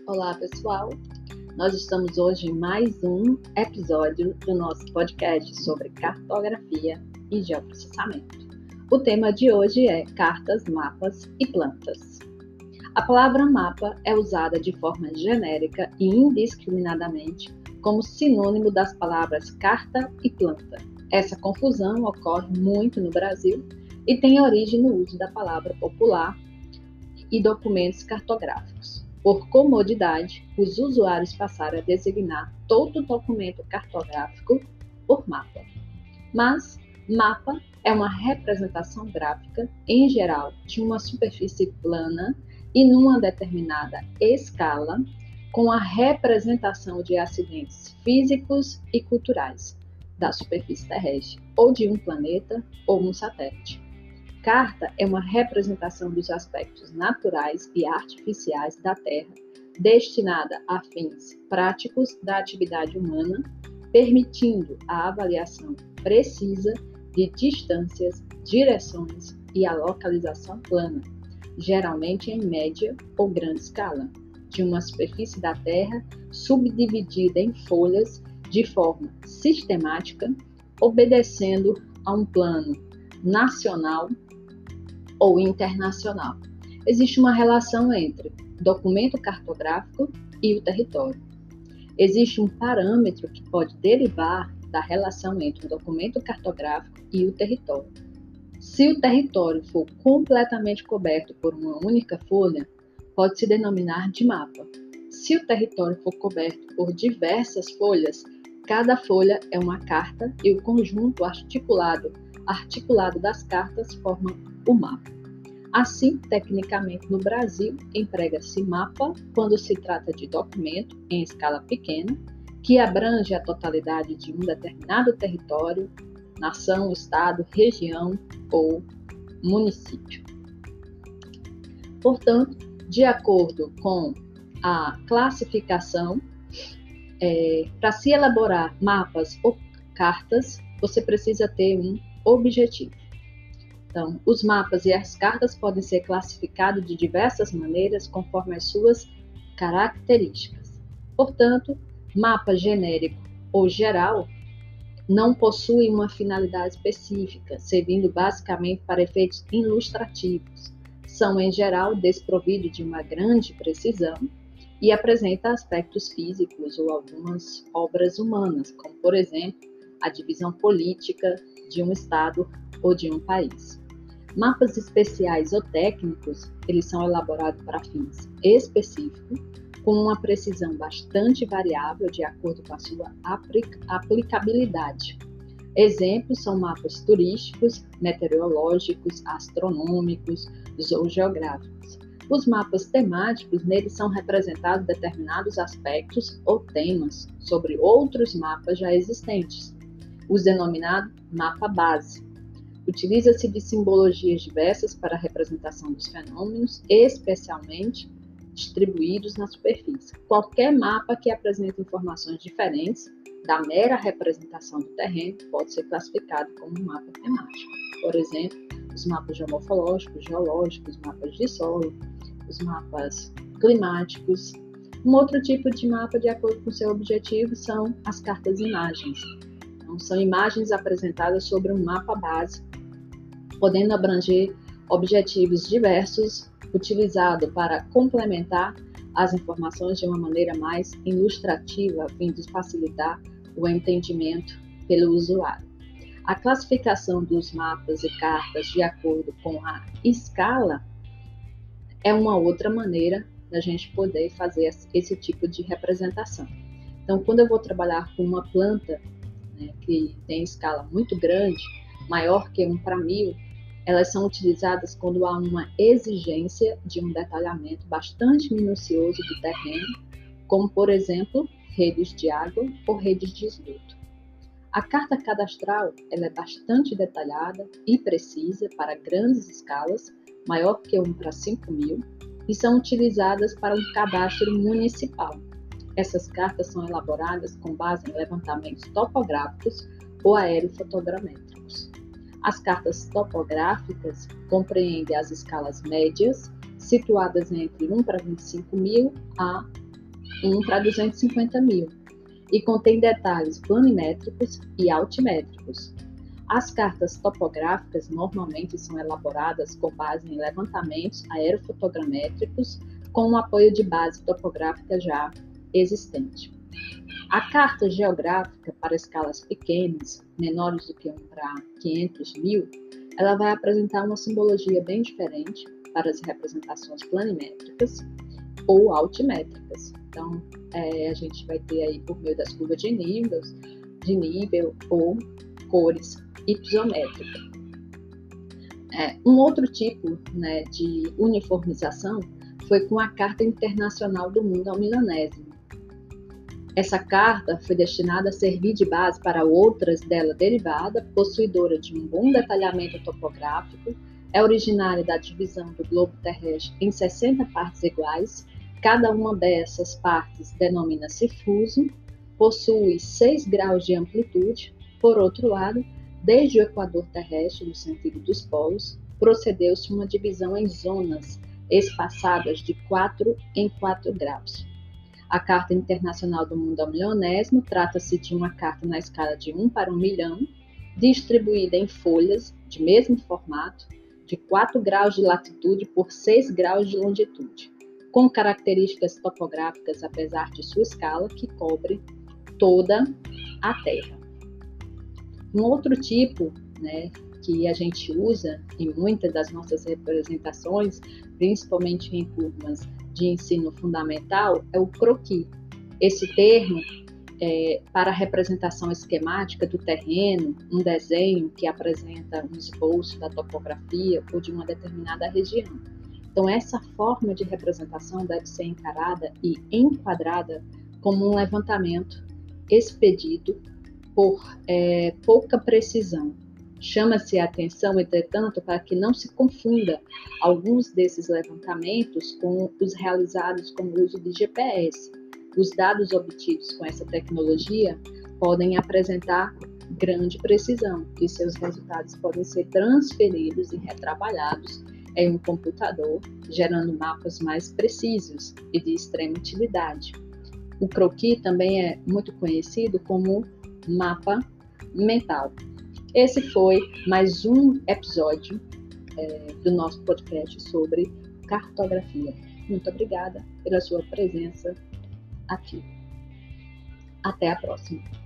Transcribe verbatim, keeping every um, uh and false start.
Olá, pessoal! Nós estamos hoje em mais um episódio do nosso podcast sobre cartografia e geoprocessamento. O tema de hoje é cartas, mapas e plantas. A palavra mapa é usada de forma genérica e indiscriminadamente como sinônimo das palavras carta e planta. Essa confusão ocorre muito no Brasil e tem origem no uso da palavra popular e documentos cartográficos. Por comodidade, os usuários passaram a designar todo documento cartográfico por mapa. Mas mapa é uma representação gráfica, em geral, de uma superfície plana e numa determinada escala, com a representação de acidentes físicos e culturais da superfície terrestre, ou de um planeta ou um satélite. Carta é uma representação dos aspectos naturais e artificiais da Terra, destinada a fins práticos da atividade humana, permitindo a avaliação precisa de distâncias, direções e a localização plana, geralmente em média ou grande escala, de uma superfície da Terra subdividida em folhas de forma sistemática, obedecendo a um plano nacional ou internacional. Existe uma relação entre documento cartográfico e o território. Existe um parâmetro que pode derivar da relação entre o documento cartográfico e o território. Se o território for completamente coberto por uma única folha, pode se denominar de mapa. Se o território for coberto por diversas folhas, cada folha é uma carta e o conjunto articulado, articulado das cartas forma o mapa. Assim, tecnicamente no Brasil, emprega-se mapa quando se trata de documento em escala pequena, que abrange a totalidade de um determinado território, nação, estado, região ou município. Portanto, de acordo com a classificação, é, para se elaborar mapas ou cartas, você precisa ter um objetivo. Então, os mapas e as cartas podem ser classificados de diversas maneiras conforme as suas características. Portanto, mapa genérico ou geral não possui uma finalidade específica, servindo basicamente para efeitos ilustrativos. São, em geral, desprovidos de uma grande precisão e apresentam aspectos físicos ou algumas obras humanas, como, por exemplo, a divisão política de um estado ou de um país. Mapas especiais ou técnicos, eles são elaborados para fins específicos, com uma precisão bastante variável de acordo com a sua aplicabilidade. Exemplos são mapas turísticos, meteorológicos, astronômicos, zoogeográficos. Os mapas temáticos, neles são representados determinados aspectos ou temas sobre outros mapas já existentes, os denominados mapa base. Utiliza-se de simbologias diversas para a representação dos fenômenos, especialmente distribuídos na superfície. Qualquer mapa que apresente informações diferentes da mera representação do terreno pode ser classificado como um mapa temático. Por exemplo, os mapas geomorfológicos, geológicos, mapas de solo, os mapas climáticos. Um outro tipo de mapa, de acordo com seu objetivo, são as cartas-imagens. Então, são imagens apresentadas sobre um mapa base, podendo abranger objetivos diversos, utilizado para complementar as informações de uma maneira mais ilustrativa, a fim de facilitar o entendimento pelo usuário. A classificação dos mapas e cartas de acordo com a escala é uma outra maneira da gente poder fazer esse tipo de representação. Então, quando eu vou trabalhar com uma planta, né, que tem escala muito grande, maior que um para mil, elas são utilizadas quando há uma exigência de um detalhamento bastante minucioso do terreno, como, por exemplo, redes de água ou redes de esgoto. A carta cadastral ela é bastante detalhada e precisa para grandes escalas, maior que um para cinco mil, e são utilizadas para um cadastro municipal. Essas cartas são elaboradas com base em levantamentos topográficos ou aerofotogramétricos. As cartas topográficas compreendem as escalas médias, situadas entre um para vinte e cinco mil a um para duzentos e cinquenta mil, e contém detalhes planimétricos e altimétricos. As cartas topográficas normalmente são elaboradas com base em levantamentos aerofotogramétricos com o apoio de base topográfica já existente. A carta geográfica para escalas pequenas, menores do que um para quinhentos mil, ela vai apresentar uma simbologia bem diferente para as representações planimétricas ou altimétricas. Então, é, a gente vai ter aí por meio das curvas de nível, de nível ou cores hipométricas. É, um outro tipo, né, de uniformização foi com a Carta Internacional do Mundo ao Milionésimo. Essa carta foi destinada a servir de base para outras dela derivada, possuidora de um bom detalhamento topográfico, é originária da divisão do globo terrestre em sessenta partes iguais, cada uma dessas partes denomina-se fuso, possui seis graus de amplitude. Por outro lado, desde o equador terrestre, no sentido dos polos, procedeu-se uma divisão em zonas espaçadas de quatro em quatro graus. A Carta Internacional do Mundo ao Milionésimo trata-se de uma carta na escala de um para um milhão, distribuída em folhas de mesmo formato, de quatro graus de latitude por seis graus de longitude, com características topográficas, apesar de sua escala, que cobre toda a Terra. Um outro tipo, né, que a gente usa em muitas das nossas representações, principalmente em turmas de ensino fundamental, é o croquis. Esse termo é para a representação esquemática do terreno, um desenho que apresenta um esboço da topografia ou de uma determinada região. Então, essa forma de representação deve ser encarada e enquadrada como um levantamento expedido por é, pouca precisão. Chama-se a atenção, entretanto, para que não se confunda alguns desses levantamentos com os realizados com o uso de G P S. Os dados obtidos com essa tecnologia podem apresentar grande precisão e seus resultados podem ser transferidos e retrabalhados em um computador, gerando mapas mais precisos e de extrema utilidade. O croquis também é muito conhecido como mapa mental. Esse foi mais um episódio é, do nosso podcast sobre cartografia. Muito obrigada pela sua presença aqui. Até a próxima.